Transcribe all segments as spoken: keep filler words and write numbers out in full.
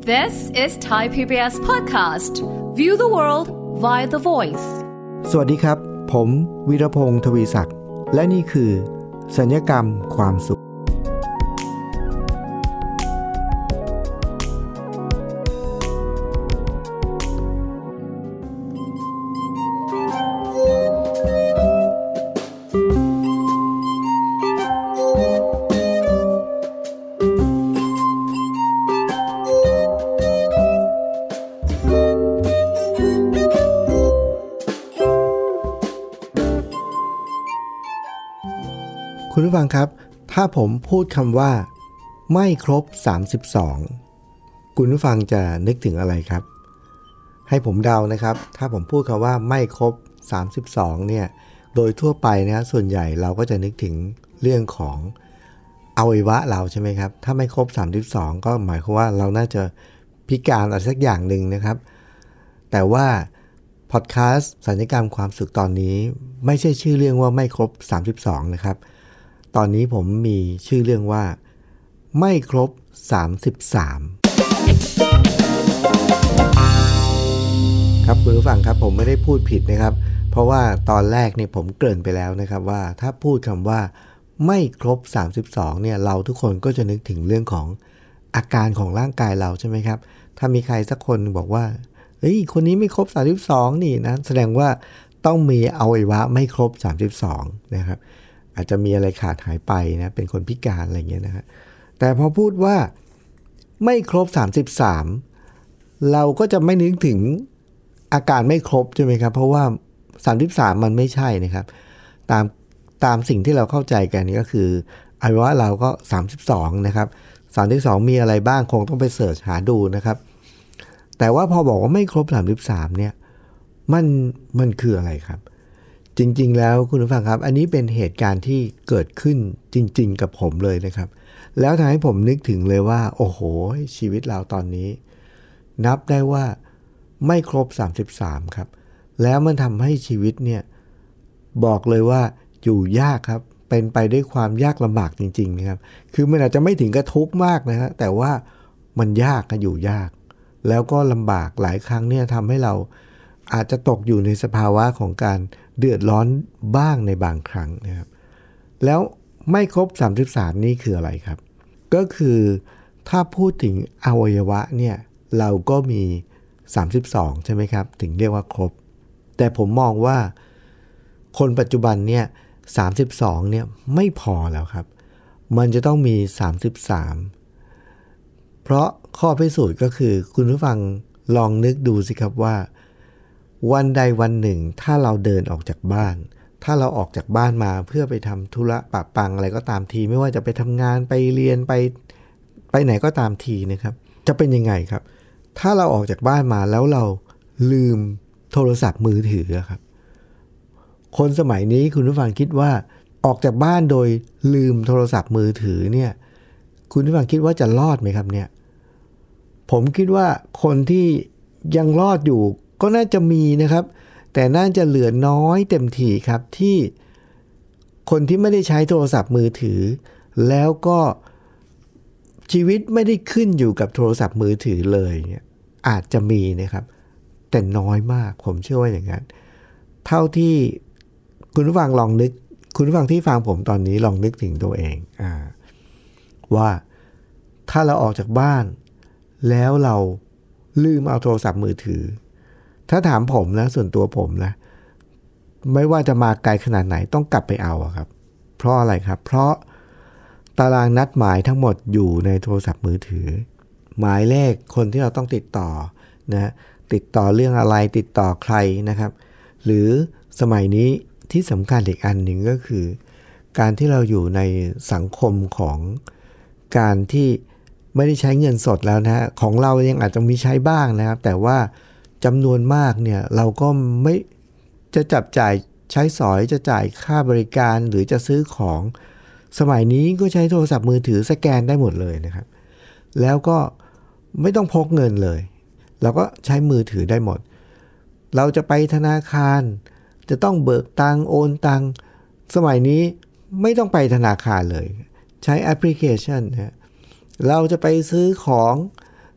This is Thai พี บี เอส podcast. View the world via the voice. สวัสดีครับผมวีรพงศ์ทวีศักดิ์และนี่คือสัญญกรรมความสุขคุณผู้ฟังครับถ้าผมพูดคำว่าไม่ครบสามสิบสองคุณผู้ฟังจะนึกถึงอะไรครับให้ผมเดานะครับถ้าผมพูดคำว่าไม่ครบสามสิบสองเนี่ยโดยทั่วไปนะส่วนใหญ่เราก็จะนึกถึงเรื่องของอวัยวะเราใช่ไหมครับถ้าไม่ครบสามสิบสองก็หมายความว่าเราน่าจะพิการอะไรสักอย่างหนึ่งนะครับแต่ว่าพอดแคสต์สัญญกรรมความสุขตอนนี้ไม่ใช่ชื่อเรื่องว่าไม่ครบสามสิบสองนะครับตอนนี้ผมมีชื่อเรื่องว่าไม่ครบสามสิบสามครับคุณผู้ฟังครับผมไม่ได้พูดผิดนะครับเพราะว่าตอนแรกเนี่ยผมเกริ่นไปแล้วนะครับว่าถ้าพูดคำว่าไม่ครบสามสิบสองเนี่ยเราทุกคนก็จะนึกถึงเรื่องของอาการของร่างกายเราใช่ไหมครับถ้ามีใครสักคนบอกว่าเฮ้ยคนนี้ไม่ครบสามสิบสองนี่นะแสดงว่าต้องมีอวัยวะไม่ครบสามสิบสองนะครับอาจจะมีอะไรขาดหายไปนะเป็นคนพิการอะไรเงี้ยนะฮะแต่พอพูดว่าไม่ครบสามสิบสามเราก็จะไม่นึกถึงอาการไม่ครบใช่ไหมครับเพราะว่าสามสิบสามมันไม่ใช่นะครับตามตามสิ่งที่เราเข้าใจกันนี่ก็คืออวัยวะเราก็สามสิบสองนะครับสามสิบสองมีอะไรบ้างคงต้องไปเสิร์ชหาดูนะครับแต่ว่าพอบอกว่าไม่ครบสามสิบสามเนี่ยมันมันคืออะไรครับจริงๆแล้วคุณผู้ฟังครับอันนี้เป็นเหตุการณ์ที่เกิดขึ้นจริงๆกับผมเลยนะครับแล้วทำให้ผมนึกถึงเลยว่าโอ้โหชีวิตเราตอนนี้นับได้ว่าไม่ครบสามสิบสามครับแล้วมันทำให้ชีวิตเนี่ยบอกเลยว่าอยู่ยากครับเป็นไปด้วยความยากลำบากจริงๆนะครับคือมันอาจจะไม่ถึงกับทุกข์มากนะฮะแต่ว่ามันยากนะอยู่ยากแล้วก็ลำบากหลายครั้งเนี่ยทำให้เราอาจจะตกอยู่ในสภาวะของการเดือดร้อนบ้างในบางครั้งนะครับแล้วไม่ครบสามสิบสามนี่คืออะไรครับก็คือถ้าพูดถึงอวัยวะเนี่ยเราก็มีสามสิบสองใช่ไหมครับถึงเรียกว่าครบแต่ผมมองว่าคนปัจจุบันเนี่ยสามสิบสองเนี่ยไม่พอแล้วครับมันจะต้องมีสามสิบสามเพราะข้อพิสูจน์ก็คือคุณผู้ฟังลองนึกดูสิครับว่าวันใดวันหนึ่งถ้าเราเดินออกจากบ้านถ้าเราออกจากบ้านมาเพื่อไปทำธุระปะปังอะไรก็ตามทีไม่ว่าจะไปทำงานไปเรียนไปไปไหนก็ตามทีนะครับจะเป็นยังไงครับถ้าเราออกจากบ้านมาแล้วเราลืมโทรศัพท์มือถือครับคนสมัยนี้คุณผู้ฟังคิดว่าออกจากบ้านโดยลืมโทรศัพท์มือถือเนี่ยคุณผู้ฟังคิดว่าจะรอดไหมครับเนี่ยผมคิดว่าคนที่ยังรอดอยู่ก็น่าจะมีนะครับแต่น่าจะเหลือน้อยเต็มทีครับที่คนที่ไม่ได้ใช้โทรศัพท์มือถือแล้วก็ชีวิตไม่ได้ขึ้นอยู่กับโทรศัพท์มือถือเลยอาจจะมีนะครับแต่น้อยมากผมเชื่อว่าอย่างนั้นเท่าที่คุณผู้ฟังลองนึกคุณผู้ฟังที่ฟังผมตอนนี้ลองนึกถึงตัวเองอ่าว่าถ้าเราออกจากบ้านแล้วเราลืมเอาโทรศัพท์มือถือถ้าถามผมนะส่วนตัวผมนะไม่ว่าจะมาไกลขนาดไหนต้องกลับไปเอาครับเพราะอะไรครับเพราะตารางนัดหมายทั้งหมดอยู่ในโทรศัพท์มือถือหมายเลขคนที่เราต้องติดต่อนะติดต่อเรื่องอะไรติดต่อใครนะครับหรือสมัยนี้ที่สำคัญอีกอันหนึ่งก็คือการที่เราอยู่ในสังคมของการที่ไม่ได้ใช้เงินสดแล้วนะของเรายังอาจจะมีใช้บ้างนะครับแต่ว่าจำนวนมากเนี่ยเราก็ไม่จะจับจ่ายใช้สอยจะจ่ายค่าบริการหรือจะซื้อของสมัยนี้ก็ใช้โทรศัพท์มือถือสแกนได้หมดเลยนะครับแล้วก็ไม่ต้องพกเงินเลยเราก็ใช้มือถือได้หมดเราจะไปธนาคารจะต้องเบิกตังค์โอนตังค์สมัยนี้ไม่ต้องไปธนาคารเลยใช้แอปพลิเคชันนะเราจะไปซื้อของ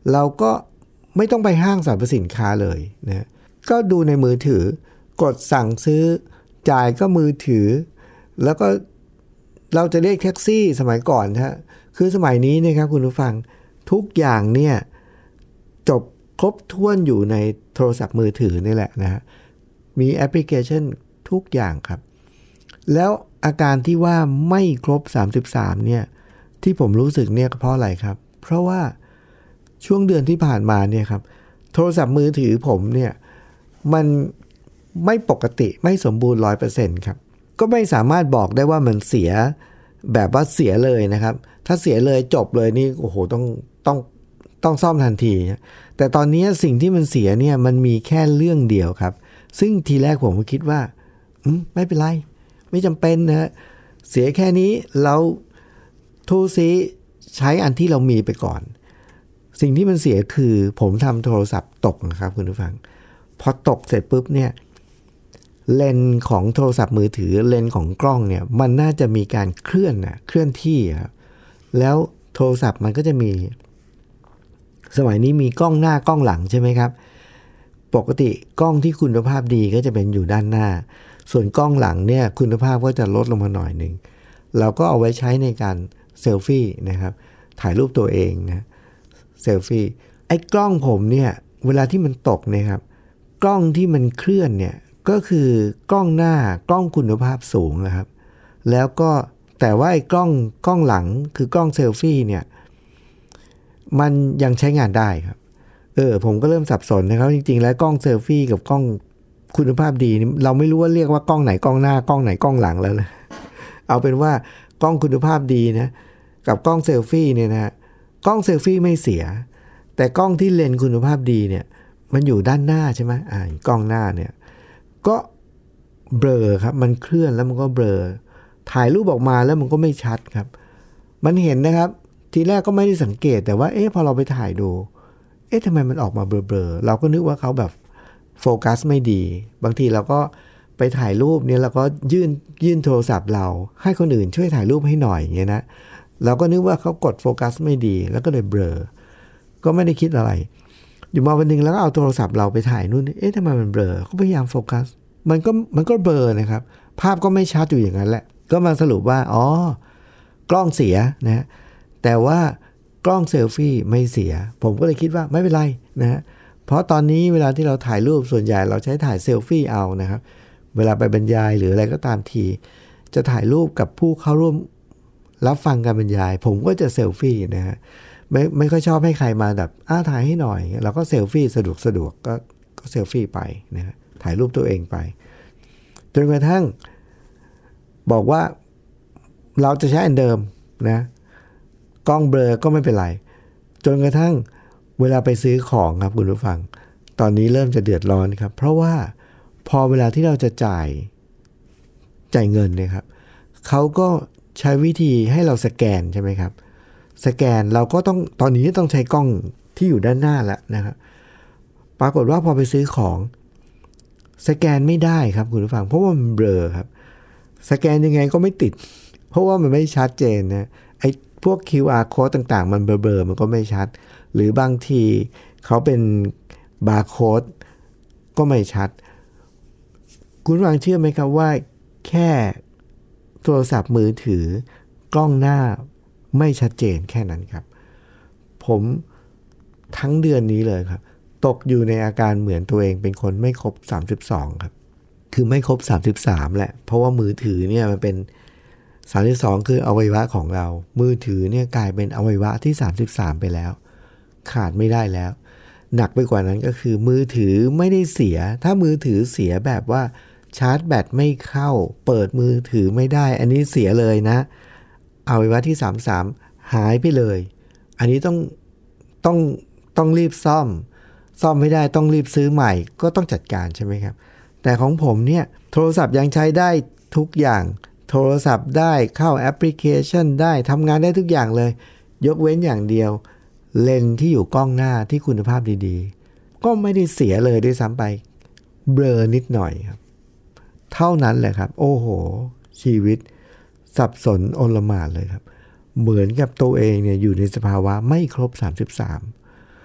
เราก็ไม่ต้องไปห้างสรรพสินค้าเลยนะก็ดูในมือถือกดสั่งซื้อจ่ายก็มือถือแล้วก็เราจะเรียกแท็กซี่สมัยก่อนฮะคือสมัยนี้นะครับคุณผู้ฟังทุกอย่างเนี่ยจบครบถ้วนอยู่ในโทรศัพท์มือถือนี่แหละนะฮะมีแอปพลิเคชันทุกอย่างครับแล้วอาการที่ว่าไม่ครบสามสิบสามเนี่ยที่ผมรู้สึกเนี่ยเพราะอะไรครับเพราะว่าช่วงเดือนที่ผ่านมาเนี่ยครับโทรศัพท์มือถือผมเนี่ยมันไม่ปกติไม่สมบูรณ์ ร้อยเปอร์เซ็นต์ ครับก็ไม่สามารถบอกได้ว่ามันเสียแบบว่าเสียเลยนะครับถ้าเสียเลยจบเลยนี่โอ้โหต้องต้องต้องซ่อมทันทีแต่ตอนนี้สิ่งที่มันเสียเนี่ยมันมีแค่เรื่องเดียวครับซึ่งทีแรกผมก็คิดว่าอืมไม่เป็นไรไม่จำเป็นนะฮะเสียแค่นี้เราทูซีใช้อันที่เรามีไปก่อนสิ่งที่มันเสียคือผมทำโทรศัพท์ตกนะครับคุณผู้ฟังพอตกเสร็จปุ๊บเนี่ยเลนส์ของโทรศัพท์มือถือเลนส์ของกล้องเนี่ยมันน่าจะมีการเคลื่อนนะเคลื่อนที่ครับแล้วโทรศัพท์มันก็จะมีสมัยนี้มีกล้องหน้ากล้องหลังใช่ไหมครับปกติกล้องที่คุณภาพดีก็จะเป็นอยู่ด้านหน้าส่วนกล้องหลังเนี่ยคุณภาพก็จะลดลงมาหน่อยนึงเราก็เอาไว้ใช้ในการเซลฟี่นะครับถ่ายรูปตัวเองนะเซลฟี่ไอ้กล้องผมเนี่ยเวลาที่มันตกเนี่ยครับกล้องที่มันเคลื่อนเนี่ยก็คือกล้องหน้ากล้องคุณภาพสูงนะครับแล้วก็แต่ว่าไอ้กล้องกล้องหลังคือกล้องเซลฟี่เนี่ยมันยังใช้งานได้ครับเออผมก็เริ่มสับสนนะครับจริงๆแล้วกล้องเซลฟี่กับกล้องคุณภาพดีนี่เราไม่รู้ว่าเรียกว่ากล้องไหนกล้องหน้ากล้องไหนกล้องหลังแล้วนะเอาเป็นว่ากล้องคุณภาพดีนะกับกล้องเซลฟี่เนี่ยนะกล้องเซลฟี่ไม่เสียแต่กล้องที่เลนส์คุณภาพดีเนี่ยมันอยู่ด้านหน้าใช่ไหมอ่ากล้องหน้าเนี่ยก็เบลอครับมันเคลื่อนแล้วมันก็เบลอถ่ายรูปออกมาแล้วมันก็ไม่ชัดครับมันเห็นนะครับทีแรกก็ไม่ได้สังเกตแต่ว่าเอ๊ะพอเราไปถ่ายดูเอ๊ะทำไมมันออกมาเบลอๆเราก็นึกว่าเขาแบบโฟกัสไม่ดีบางทีเราก็ไปถ่ายรูปเนี่ยเราก็ยื่นยื่นโทรศัพท์เราให้คนอื่นช่วยถ่ายรูปให้หน่อยอย่างเงี้ยนะเราก็นึกว่าเขากดโฟกัสไม่ดีแล้วก็เลยเบลอก็ไม่ได้คิดอะไรอยู่มาวันนึงแล้วก็เอาโทรศัพท์เราไปถ่ายนู่นเอ๊ะทำไมมันเบลอก็พยายามโฟกัสมันก็มันก็เบลอนะครับภาพก็ไม่ชัดอยู่อย่างนั้นแหละก็มาสรุปว่าอ๋อกล้องเสียนะแต่ว่ากล้องเซลฟี่ไม่เสียผมก็เลยคิดว่าไม่เป็นไรนะฮะเพราะตอนนี้เวลาที่เราถ่ายรูปส่วนใหญ่เราใช้ถ่ายเซลฟี่เอานะครับเวลาไปบรรยายหรืออะไรก็ตามทีจะถ่ายรูปกับผู้เข้าร่วมรับฟังการบรรยายผมก็จะเซลฟี่นะฮะไม่ไม่ค่อยชอบให้ใครมาแบบอ้าถ่ายให้หน่อยเราก็เซลฟี่สะดวกสะดวกก็ก็เซลฟี่ไปนะฮะถ่ายรูปตัวเองไปจนกระทั่งบอกว่าเราจะใช้อันเดิมนะกล้องเบลอก็ไม่เป็นไรจนกระทั่งเวลาไปซื้อของครับคุณผู้ฟังตอนนี้เริ่มจะเดือดร้อนครับเพราะว่าพอเวลาที่เราจะจ่ายจ่ายเงินเนี่ยครับเขาก็ใช้วิธีให้เราสแกนใช่ไหมครับสแกนเราก็ต้องตอนนี้ต้องใช้กล้องที่อยู่ด้านหน้าแล้วนะครับปรากฏว่าพอไปซื้อของสแกนไม่ได้ครับคุณผู้ฟังเพราะว่ามันเบลอครับสแกนยังไงก็ไม่ติดเพราะว่ามันไม่ชัดเจนนะไอ้พวก คิว อาร์ code ต่างๆมันเบลอๆมันก็ไม่ชัดหรือบางทีเขาเป็นบาร์โค้ดก็ไม่ชัดคุณฟังเชื่อไหมครับว่าแค่โทรศัพท์มือถือกล้องหน้าไม่ชัดเจนแค่นั้นครับผมทั้งเดือนนี้เลยครับตกอยู่ในอาการเหมือนตัวเองเป็นคนไม่ครบสามสิบสองครับคือไม่ครบสามสิบสามแหละเพราะว่ามือถือเนี่ยมันเป็นสามสิบสองคืออวัยวะของเรามือถือเนี่ยกลายเป็นอวัยวะที่สามสิบสามไปแล้วขาดไม่ได้แล้วหนักไปกว่านั้นก็คือมือถือไม่ได้เสียถ้ามือถือเสียแบบว่าชาร์จแบตไม่เข้าเปิดมือถือไม่ได้อันนี้เสียเลยนะอวัยวะที่สามสิบสามหายไปเลยอันนี้ต้องต้องต้องรีบซ่อมซ่อมไม่ได้ต้องรีบซื้อใหม่ก็ต้องจัดการใช่ไหมครับแต่ของผมเนี่ยโทรศัพท์ยังใช้ได้ทุกอย่างโทรศัพท์ได้เข้าแอปพลิเคชันได้ทำงานได้ทุกอย่างเลยยกเว้นอย่างเดียวเลนส์ที่อยู่กล้องหน้าที่คุณภาพดีๆก็ไม่ได้เสียเลยด้วยซ้ำไปเบลอนิดหน่อยครับเท่านั้นแหละครับโอ้โหชีวิตสับสนโอลหม่านเลยครับเหมือนกับตัวเองเนี่ยอยู่ในสภาวะไม่ครบสามสิบสาม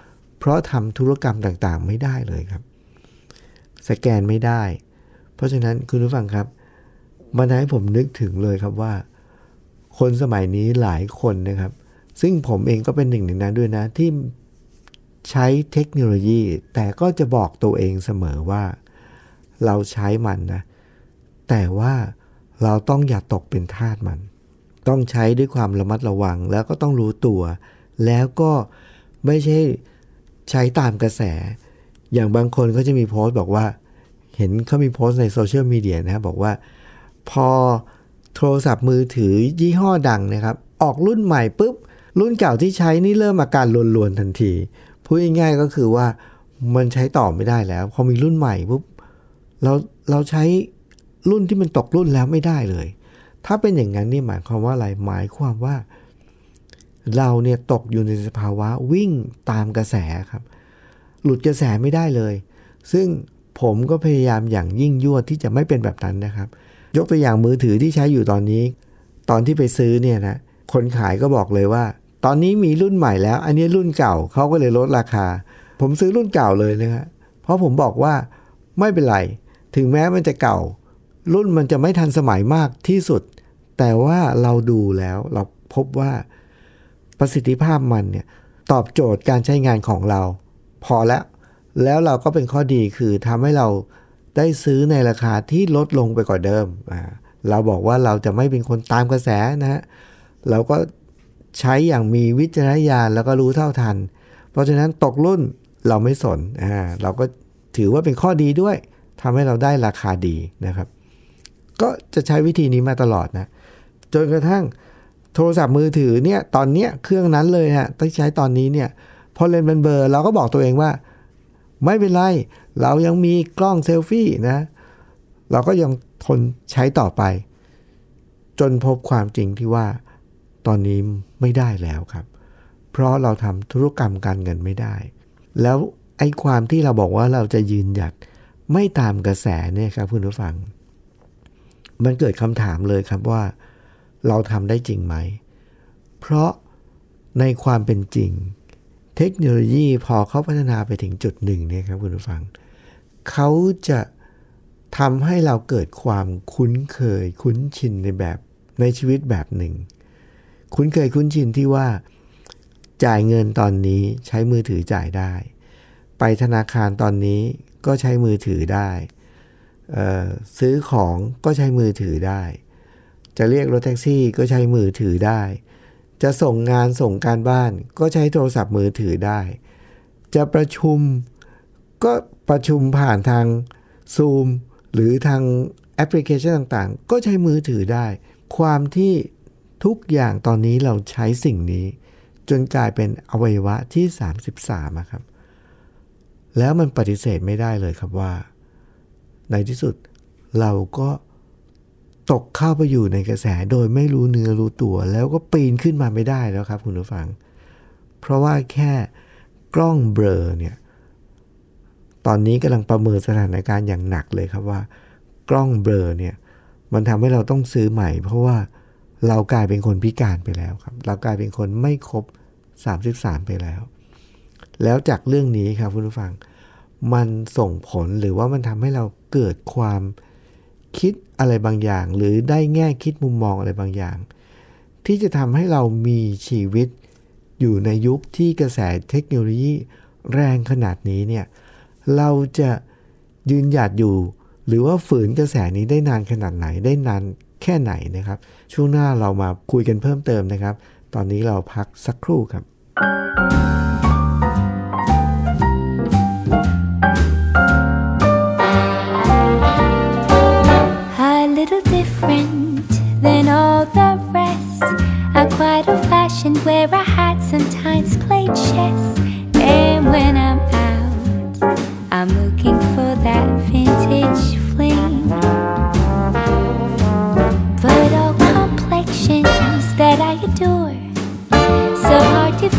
เพราะทำธุรกรรมต่างๆไม่ได้เลยครับสแกนไม่ได้เพราะฉะนั้นคุณผู้ฟังครับมันทำให้ผมนึกถึงเลยครับว่าคนสมัยนี้หลายคนนะครับซึ่งผมเองก็เป็นหนึ่งในนั้นด้วยนะที่ใช้เทคโนโลยีแต่ก็จะบอกตัวเองเสมอว่าเราใช้มันนะแต่ว่าเราต้องอย่าตกเป็นทาสมันต้องใช้ด้วยความระมัดระวังแล้วก็ต้องรู้ตัวแล้วก็ไม่ใช่ใช้ตามกระแสอย่างบางคนก็จะมีโพสต์บอกว่าเห็นเขามีโพสต์ในโซเชียลมีเดียนะบอกว่าพอโทรศัพท์มือถือยี่ห้อดังนะครับออกรุ่นใหม่ปุ๊บรุ่นเก่าที่ใช้นี่เริ่มอาการลวนๆทันทีพูดง่ายๆก็คือว่ามันใช้ต่อไม่ได้แล้วพอมีรุ่นใหม่ปุ๊บเราเราใช้รุ่นที่มันตกรุ่นแล้วไม่ได้เลยถ้าเป็นอย่างนั้นนี่หมายความว่าอะไรหมายความว่าเราเนี่ยตกอยู่ในสภาวะวิ่งตามกระแสครับหลุดกระแสไม่ได้เลยซึ่งผมก็พยายามอย่างยิ่งยวดที่จะไม่เป็นแบบนั้นนะครับยกตัวอย่างมือถือที่ใช้อยู่ตอนนี้ตอนที่ไปซื้อเนี่ยนะคนขายก็บอกเลยว่าตอนนี้มีรุ่นใหม่แล้วอันนี้รุ่นเก่าเขาก็เลยลดราคาผมซื้อรุ่นเก่าเลยนะครับเพราะผมบอกว่าไม่เป็นไรถึงแม้มันจะเก่ารุ่นมันจะไม่ทันสมัยมากที่สุดแต่ว่าเราดูแล้วเราพบว่าประสิทธิภาพมันเนี่ยตอบโจทย์การใช้งานของเราพอแล้วแล้วเราก็เป็นข้อดีคือทำให้เราได้ซื้อในราคาที่ลดลงไปกว่าเดิมอ่าเราบอกว่าเราจะไม่เป็นคนตามกระแสนะฮะเราก็ใช้อย่างมีวิจารณญาณแล้วก็รู้เท่าทันเพราะฉะนั้นตกรุ่นเราไม่สนอ่าเราก็ถือว่าเป็นข้อดีด้วยทำให้เราได้ราคาดีนะครับก็จะใช้วิธีนี้มาตลอดนะจนกระทั่งโทรศัพท์มือถือเนี่ยตอนเนี้ยเครื่องนั้นเลยฮะต้องใช้ตอนนี้เนี่ยพอเลนส์มันเบลอเราก็บอกตัวเองว่าไม่เป็นไรเรายังมีกล้องเซลฟี่นะเราก็ยังทนใช้ต่อไปจนพบความจริงที่ว่าตอนนี้ไม่ได้แล้วครับเพราะเราทำธุรกรรมการเงินไม่ได้แล้วไอ้ความที่เราบอกว่าเราจะยืนหยัดไม่ตามกระแสเนี่ยครับคุณผู้ฟังมันเกิดคำถามเลยครับว่าเราทำได้จริงไหมเพราะในความเป็นจริงเทคโนโลยีพอเขาพัฒนาไปถึงจุดหนึ่งเนี่ยครับคุณผู้ฟังเขาจะทำให้เราเกิดความคุ้นเคยคุ้นชินในแบบในชีวิตแบบหนึ่งคุ้นเคยคุ้นชินที่ว่าจ่ายเงินตอนนี้ใช้มือถือจ่ายได้ไปธนาคารตอนนี้ก็ใช้มือถือได้ซื้อของก็ใช้มือถือได้จะเรียกรถแท็กซี่ก็ใช้มือถือได้จะส่งงานส่งการบ้านก็ใช้โทรศัพท์มือถือได้จะประชุมก็ประชุมผ่านทาง Zoom หรือทางแอปพลิเคชันต่างๆก็ใช้มือถือได้ความที่ทุกอย่างตอนนี้เราใช้สิ่งนี้จนกลายเป็นอวัยวะที่สามสิบสามครับแล้วมันปฏิเสธไม่ได้เลยครับว่าในที่สุดเราก็ตกเข้าไปอยู่ในกระแสโดยไม่รู้เนื้อรู้ตัวแล้วก็ปีนขึ้นมาไม่ได้แล้วครับคุณผู้ฟังเพราะว่าแค่กล้องเบลอเนี่ยตอนนี้กำลังประเมินสถานการณ์อย่างหนักเลยครับว่ากล้องเบลอเนี่ยมันทำให้เราต้องซื้อใหม่เพราะว่าเรากลายเป็นคนพิการไปแล้วครับเรากลายเป็นคนไม่ครบสามสิบสามไปแล้วแล้วจากเรื่องนี้ครับคุณผู้ฟังมันส่งผลหรือว่ามันทำให้เราเกิดความคิดอะไรบางอย่างหรือได้แง่คิดมุมมองอะไรบางอย่างที่จะทำให้เรามีชีวิตอยู่ในยุคที่กระแสเทคโนโลยีแรงขนาดนี้เนี่ยเราจะยืนหยัดอยู่หรือว่าฝืนกระแสนี้ได้นานขนาดไหนได้นานแค่ไหนนะครับช่วงหน้าเรามาคุยกันเพิ่มเติมนะครับตอนนี้เราพักสักครู่ครับ little different than all the rest. I'm quite old-fashioned where I had sometimes played chess. And when I'm out, I'm looking for that vintage fling. But all complexions that I adore, so hard to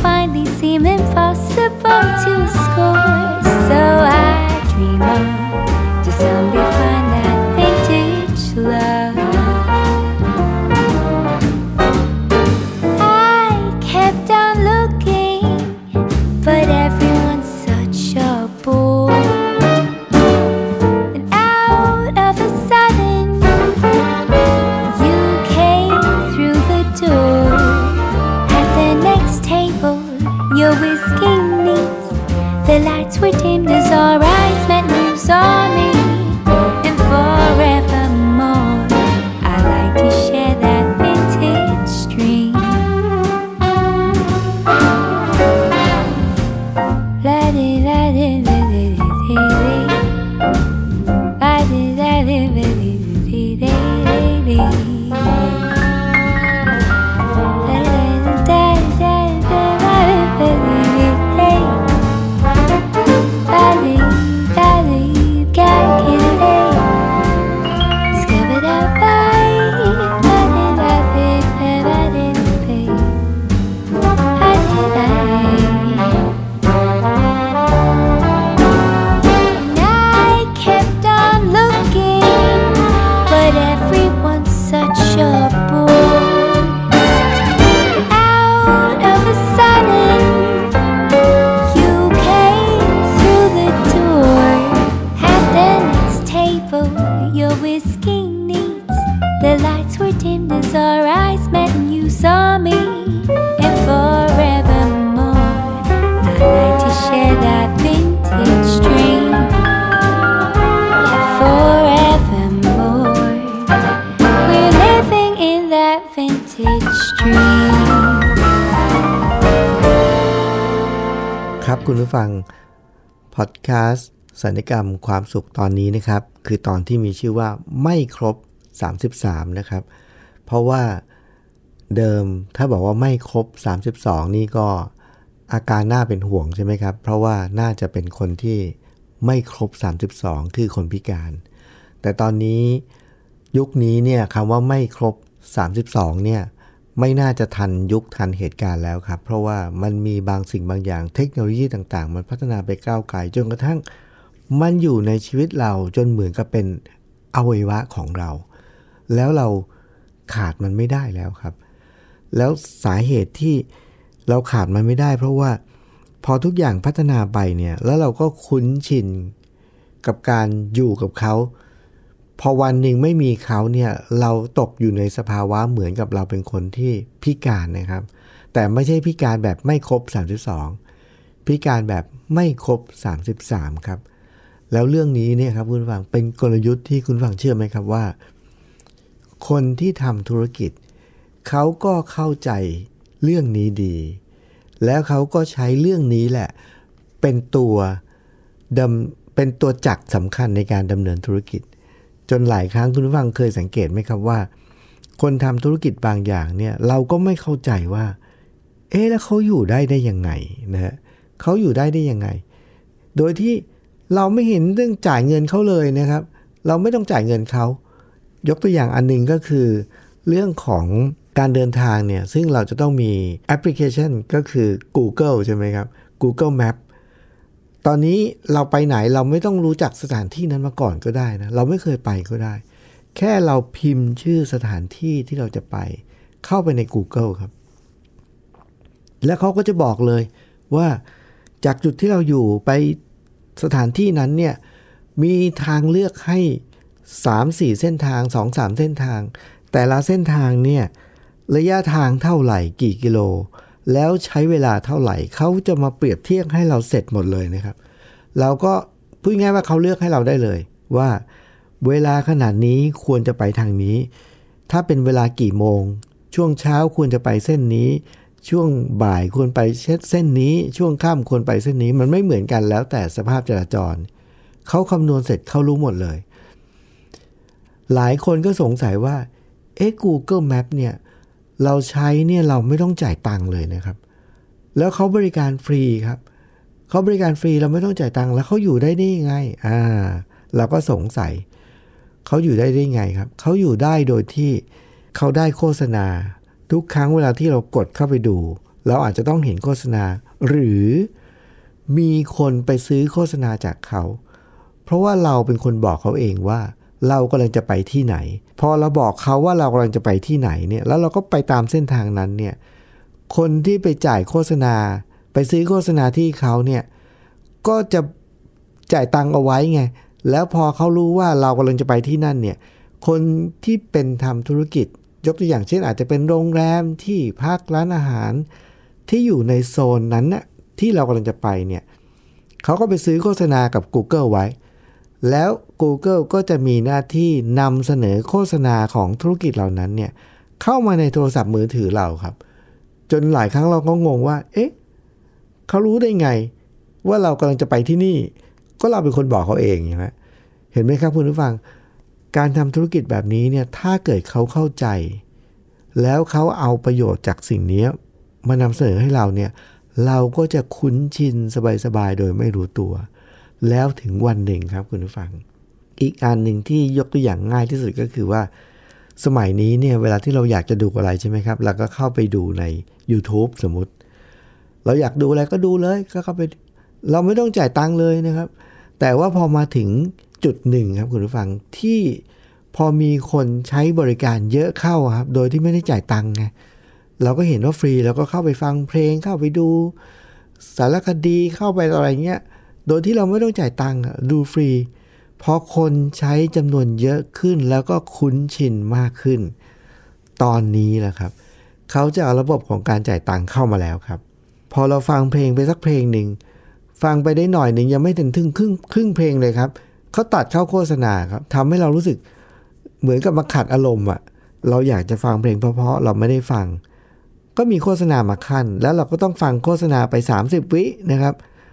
คุณผู้ฟังพอดแคสต์สัญญกรรมความสุขตอนนี้นะครับคือตอนที่มีชื่อว่าไม่ครบสามสิบสามนะครับเพราะว่าเดิมถ้าบอกว่าไม่ครบสามสิบสองนี่ก็อาการน่าเป็นห่วงใช่ไหมครับเพราะว่าน่าจะเป็นคนที่ไม่ครบสามสิบสองคือคนพิการแต่ตอนนี้ยุคนี้เนี่ยคำว่าไม่ครบสามสิบสองเนี่ยไม่น่าจะทันยุคทันเหตุการณ์แล้วครับเพราะว่ามันมีบางสิ่งบางอย่างเทคโนโลยีต่างๆมันพัฒนาไปก้าวไกลจนกระทั่งมันอยู่ในชีวิตเราจนเหมือนกับเป็นอวัยวะของเราแล้วเราขาดมันไม่ได้แล้วครับแล้วสาเหตุที่เราขาดมันไม่ได้เพราะว่าพอทุกอย่างพัฒนาไปเนี่ยแล้วเราก็คุ้นชินกับการอยู่กับเขาพอวันหนึ่งไม่มีเขาเนี่ยเราตกอยู่ในสภาวะเหมือนกับเราเป็นคนที่พิการนะครับแต่ไม่ใช่พิการแบบไม่ครบสามสิบสองพิการแบบไม่ครบสามสิบสามครับแล้วเรื่องนี้เนี่ยครับคุณผู้ฟังเป็นกลยุทธ์ที่คุณผู้ฟังเชื่อไหมครับว่าคนที่ทำธุรกิจเขาก็เข้าใจเรื่องนี้ดีแล้วเขาก็ใช้เรื่องนี้แหละเป็นตัวดำเป็นตัวจักรสำคัญในการดำเนินธุรกิจจนหลายครั้งคุณผู้ฟังเคยสังเกตไหมครับว่าคนทำธุรกิจบางอย่างเนี่ยเราก็ไม่เข้าใจว่าเอ๊ะแล้วเขาอยู่ได้ได้ยังไงนะฮะเขาอยู่ได้ได้ยังไงโดยที่เราไม่เห็นเรื่องจ่ายเงินเขาเลยนะครับเราไม่ต้องจ่ายเงินเขายกตัวอย่างอันนึงก็คือเรื่องของการเดินทางเนี่ยซึ่งเราจะต้องมีแอปพลิเคชันก็คือ Google ใช่ไหมครับ Google Map ตอนนี้เราไปไหนเราไม่ต้องรู้จักสถานที่นั้นมาก่อนก็ได้นะเราไม่เคยไปก็ได้แค่เราพิมพ์ชื่อสถานที่ที่เราจะไปเข้าไปใน Google ครับแล้วเขาก็จะบอกเลยว่าจากจุดที่เราอยู่ไปสถานที่นั้นเนี่ยมีทางเลือกให้ สามสี่ เส้นทาง สองสาม เส้นทางแต่ละเส้นทางเนี่ยระยะทางเท่าไหร่กี่กิโลแล้วใช้เวลาเท่าไหร่เขาจะมาเปรียบเทียบให้เราเสร็จหมดเลยนะครับเราก็พูดง่ายว่าเขาเลือกให้เราได้เลยว่าเวลาขนาดนี้ควรจะไปทางนี้ถ้าเป็นเวลากี่โมงช่วงเช้าควรจะไปเส้นนี้ช่วงบ่ายควรไปเส้นนี้ช่วงค่ำควรไปเส้นนี้มันไม่เหมือนกันแล้วแต่สภาพจราจรเขาคำนวณเสร็จเขารู้หมดเลยหลายคนก็สงสัยว่าเอ๊ะ Google Map เนี่ยเราใช้เนี่ยเราไม่ต้องจ่ายตังค์เลยนะครับแล้วเขาบริการฟรีครับเขาบริการฟรีเราไม่ต้องจ่ายตังค์แล้วเขาอยู่ได้ได้ยังไงอ่าเราก็สงสัยเขาอยู่ได้ได้ไงครับเขาอยู่ได้โดยที่เขาได้โฆษณาทุกครั้งเวลาที่เรากดเข้าไปดูเราอาจจะต้องเห็นโฆษณาหรือมีคนไปซื้อโฆษณาจากเขาเพราะว่าเราเป็นคนบอกเขาเองว่าเรากำลังจะไปที่ไหนพอเราบอกเขาว่าเรากำลังจะไปที่ไหนเนี่ยแล้วเราก็ไปตามเส้นทางนั้นเนี่ยคนที่ไปจ่ายโฆษณาไปซื้อโฆษณาที่เขาเนี่ยก็จะจ่ายตังค์เอาไว้ไงแล้วพอเขารู้ว่าเรากำลังจะไปที่นั่นเนี่ยคนที่เป็นทำธุรกิจยกตัวอย่างเช่นอาจจะเป็นโรงแรมที่พักร้านอาหารที่อยู่ในโซนนั้นน่ะที่เรากำลังจะไปเนี่ยเขาก็ไปซื้อโฆษณากับ Google ไว้แล้ว Google ก็จะมีหน้าที่นำเสนอโฆษณาของธุรกิจเหล่านั้นเนี่ยเข้ามาในโทรศัพท์มือถือเราครับจนหลายครั้งเราก็งงว่าเอ๊ะเขารู้ได้ไงว่าเรากำลังจะไปที่นี่ก็เราเป็นคนบอกเขาเองใช่ไหมเห็นไหมครับคุณผู้ฟังการทำธุรกิจแบบนี้เนี่ยถ้าเกิดเขาเข้าใจแล้วเขาเอาประโยชน์จากสิ่งนี้มานำเสนอให้เราเนี่ยเราก็จะคุ้นชินสบายๆโดยไม่รู้ตัวแล้วถึงวันหนึ่งครับคุณผู้ฟังอีกอันหนึ่งที่ยกตัวอย่างง่ายที่สุดก็คือว่าสมัยนี้เนี่ยเวลาที่เราอยากจะดูอะไรใช่ไหมครับเราก็เข้าไปดูใน YouTube สมมุติเราอยากดูอะไรก็ดูเลยก็เข้าไปเราไม่ต้องจ่ายตังค์เลยนะครับแต่ว่าพอมาถึงจุดหนึ่งครับคุณผู้ฟังที่พอมีคนใช้บริการเยอะเข้าครับโดยที่ไม่ได้จ่ายตังค์ไงเราก็เห็นว่าฟรีเราก็เข้าไปฟังเพลงเข้าไปดูสารคดีเข้าไปอะไรเงี้ยโดยที่เราไม่ต้องจ่ายตังค์ดูฟรีพอคนใช้จำนวนเยอะขึ้นแล้วก็คุ้นชินมากขึ้นตอนนี้แหละครับเขาจะเอาระบบของการจ่ายตังค์เข้ามาแล้วครับพอเราฟังเพลงไปสักเพลงหนึ่งฟังไปได้หน่อยหนึ่งยังไม่ถึงถึงครึ่งครึ่งเพลงเลยครับเขาตัดเข้าโฆษณาครับทำให้เรารู้สึกเหมือนกับมาขัดอารมณ์อ่ะเราอยากจะฟังเพลงเพราะๆเราไม่ได้ฟังก็มีโฆษณามาขั้นแล้วเราก็ต้องฟังโฆษณาไปสามสิบวินะครับ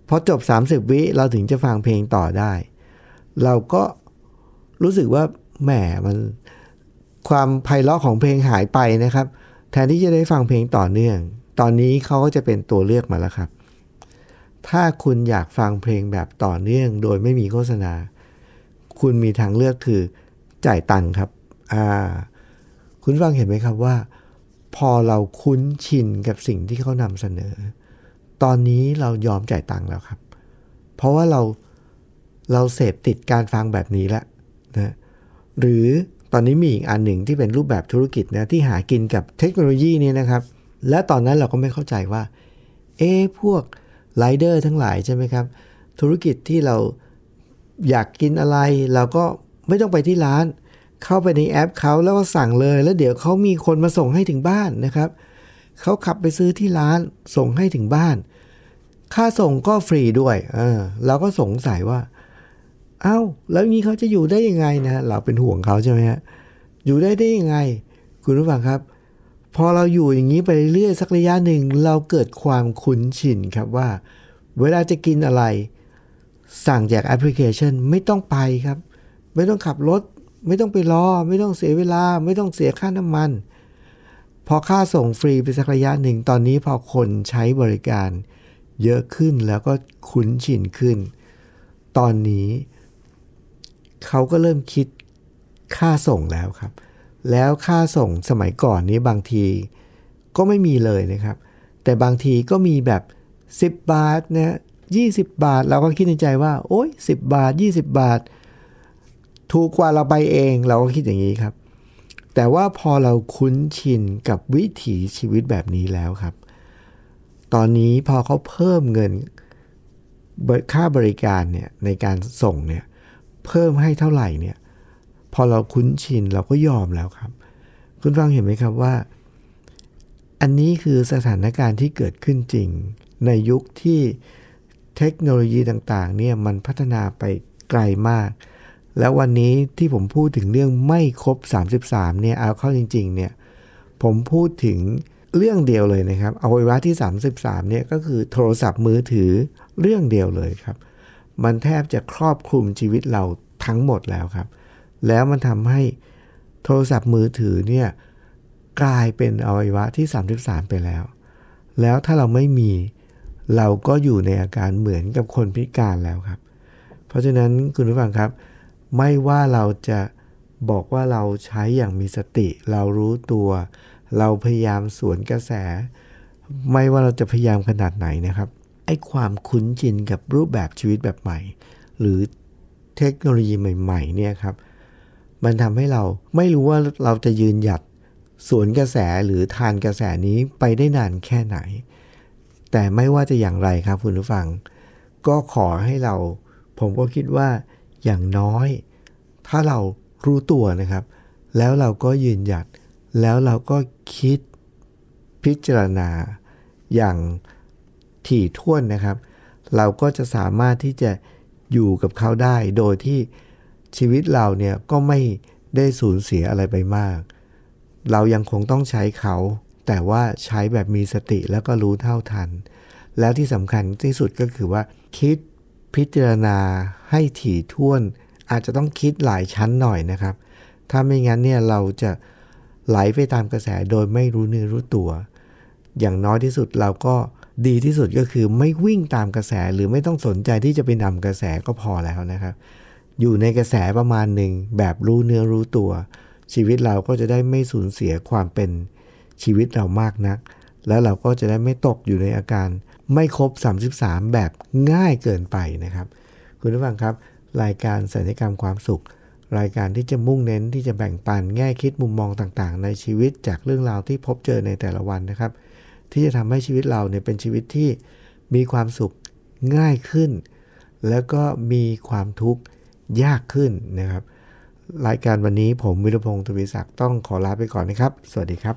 พอจบสามสิบวิเราถึงจะฟังเพลงต่อได้เราก็รู้สึกว่าแหมมันความไพเราะของเพลงหายไปนะครับแทนที่จะได้ฟังเพลงต่อเนื่องตอนนี้เขาก็จะเป็นตัวเลือกมาแล้วครับถ้าคุณอยากฟังเพลงแบบต่อเนื่องโดยไม่มีโฆษณาคุณมีทางเลือกคือจ่ายตังค์ครับอ่าคุณฟังเห็นไหมครับว่าพอเราคุ้นชินกับสิ่งที่เขานำเสนอตอนนี้เรายอมจ่ายตังค์แล้วครับเพราะว่าเราเราเสพติดการฟังแบบนี้แล้วนะหรือตอนนี้มีอีกอันหนึ่งที่เป็นรูปแบบธุรกิจนะที่หากินกับเทคโนโลยีนี่นะครับและตอนนั้นเราก็ไม่เข้าใจว่าเอ๊ะพวกไรเดอร์ทั้งหลายใช่ไหมครับธุรกิจที่เราอยากกินอะไรเราก็ไม่ต้องไปที่ร้านเข้าไปในแอปเขาแล้วก็สั่งเลยแล้วเดี๋ยวเขามีคนมาส่งให้ถึงบ้านนะครับเขาขับไปซื้อที่ร้านส่งให้ถึงบ้านค่าส่งก็ฟรีด้วยเออเราก็สงสัยว่าเอ้าแล้วนี้เขาจะอยู่ได้ยังไงนะเราเป็นห่วงเขาใช่ไหมฮะอยู่ได้ได้ยังไงคุณผู้ฟังครับพอเราอยู่อย่างนี้ไปเรื่อยๆสักระยะหนึ่งเราเกิดความคุ้นชินครับว่าเวลาจะกินอะไรสั่งจากแอปพลิเคชันไม่ต้องไปครับไม่ต้องขับรถไม่ต้องไปรอไม่ต้องเสียเวลาไม่ต้องเสียค่าน้ำมันพอค่าส่งฟรีไปสักระยะหนึ่งตอนนี้พอคนใช้บริการเยอะขึ้นแล้วก็คุ้นชินขึ้นตอนนี้เขาก็เริ่มคิดค่าส่งแล้วครับแล้วค่าส่งสมัยก่อนนี้บางทีก็ไม่มีเลยนะครับแต่บางทีก็มีแบบสิบบาทนะยี่สิบบาทเราก็คิดในใจว่าโอ๊ยสิบบาทยี่สิบบาทถูกกว่าเราไปเองเราก็คิดอย่างนี้ครับแต่ว่าพอเราคุ้นชินกับวิถีชีวิตแบบนี้แล้วครับตอนนี้พอเขาเพิ่มเงินค่าบริการเนี่ยในการส่งเนี่ยเพิ่มให้เท่าไหร่เนี่ยพอเราคุ้นชินเราก็ยอมแล้วครับคุณฟังเห็นไหมครับว่าอันนี้คือสถานการณ์ที่เกิดขึ้นจริงในยุคที่เทคโนโลยีต่างๆเนี่ยมันพัฒนาไปไกลมากแล้ววันนี้ที่ผมพูดถึงเรื่องไม่ครบสามสิบสามเนี่ยเอาเข้าจริงๆเนี่ยผมพูดถึงเรื่องเดียวเลยนะครับอวัยวะที่สามสิบสามเนี่ยก็คือโทรศัพท์มือถือเรื่องเดียวเลยครับมันแทบจะครอบคลุมชีวิตเราทั้งหมดแล้วครับแล้วมันทำให้โทรศัพท์มือถือเนี่ยกลายเป็นอวัยวะที่สามสิบสามไปแล้วแล้วถ้าเราไม่มีเราก็อยู่ในอาการเหมือนกับคนพิการแล้วครับเพราะฉะนั้นคุณผู้ฟังครับไม่ว่าเราจะบอกว่าเราใช้อย่างมีสติเรารู้ตัวเราพยายามสวนกระแสไม่ว่าเราจะพยายามขนาดไหนนะครับไอ้ความคุ้นชินกับรูปแบบชีวิตแบบใหม่หรือเทคโนโลยีใหม่ๆเนี่ยครับมันทำให้เราไม่รู้ว่าเราจะยืนหยัดสวนกระแสหรือทานกระแสนี้ไปได้นานแค่ไหนแต่ไม่ว่าจะอย่างไรครับคุณผู้ฟังก็ขอให้เราผมก็คิดว่าอย่างน้อยถ้าเรารู้ตัวนะครับแล้วเราก็ยืนหยัดแล้วเราก็คิดพิจารณาอย่างถี่ถ้วนนะครับเราก็จะสามารถที่จะอยู่กับเขาได้โดยที่ชีวิตเราเนี่ยก็ไม่ได้สูญเสียอะไรไปมากเรายังคงต้องใช้เขาแต่ว่าใช้แบบมีสติแล้วก็รู้เท่าทันแล้วที่สำคัญที่สุดก็คือว่าคิดพิจารณาให้ถี่ถ้วนอาจจะต้องคิดหลายชั้นหน่อยนะครับถ้าไม่งั้นเนี่ยเราจะไหลไปตามกระแสโดยไม่รู้เนื้อรู้ตัวอย่างน้อยที่สุดเราก็ดีที่สุดก็คือไม่วิ่งตามกระแสหรือไม่ต้องสนใจที่จะไปนำกระแสก็พอแล้วนะครับอยู่ในกระแสประมาณหนึ่งแบบรู้เนื้อรู้ตัวชีวิตเราก็จะได้ไม่สูญเสียความเป็นชีวิตเรามากนักแล้วเราก็จะได้ไม่ตกอยู่ในอาการไม่ครบสามสิบสามแบบง่ายเกินไปนะครับคุณผู้ฟังครับรายการสัญญกรรมความสุขรายการที่จะมุ่งเน้นที่จะแบ่งปันแง่คิดมุมมองต่างๆในชีวิตจากเรื่องราวที่พบเจอในแต่ละวันนะครับที่จะทำให้ชีวิตเราเนี่ยเป็นชีวิตที่มีความสุขง่ายขึ้นแล้วก็มีความทุกข์ยากขึ้นนะครับรายการวันนี้ผมวิรพงศ์ทวีศักดิ์ต้องขอลาไปก่อนนะครับสวัสดีครับ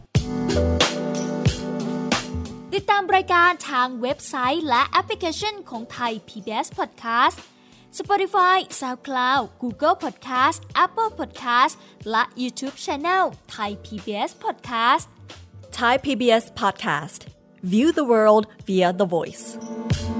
ติดตามรายการทางเว็บไซต์และแอปพลิเคชันของไทย พี บี เอส Podcast Spotify, SoundCloud, Google Podcast, Apple Podcast และ YouTube Channel Thai พี บี เอส Podcast Thai พี บี เอส Podcast View the world via the voice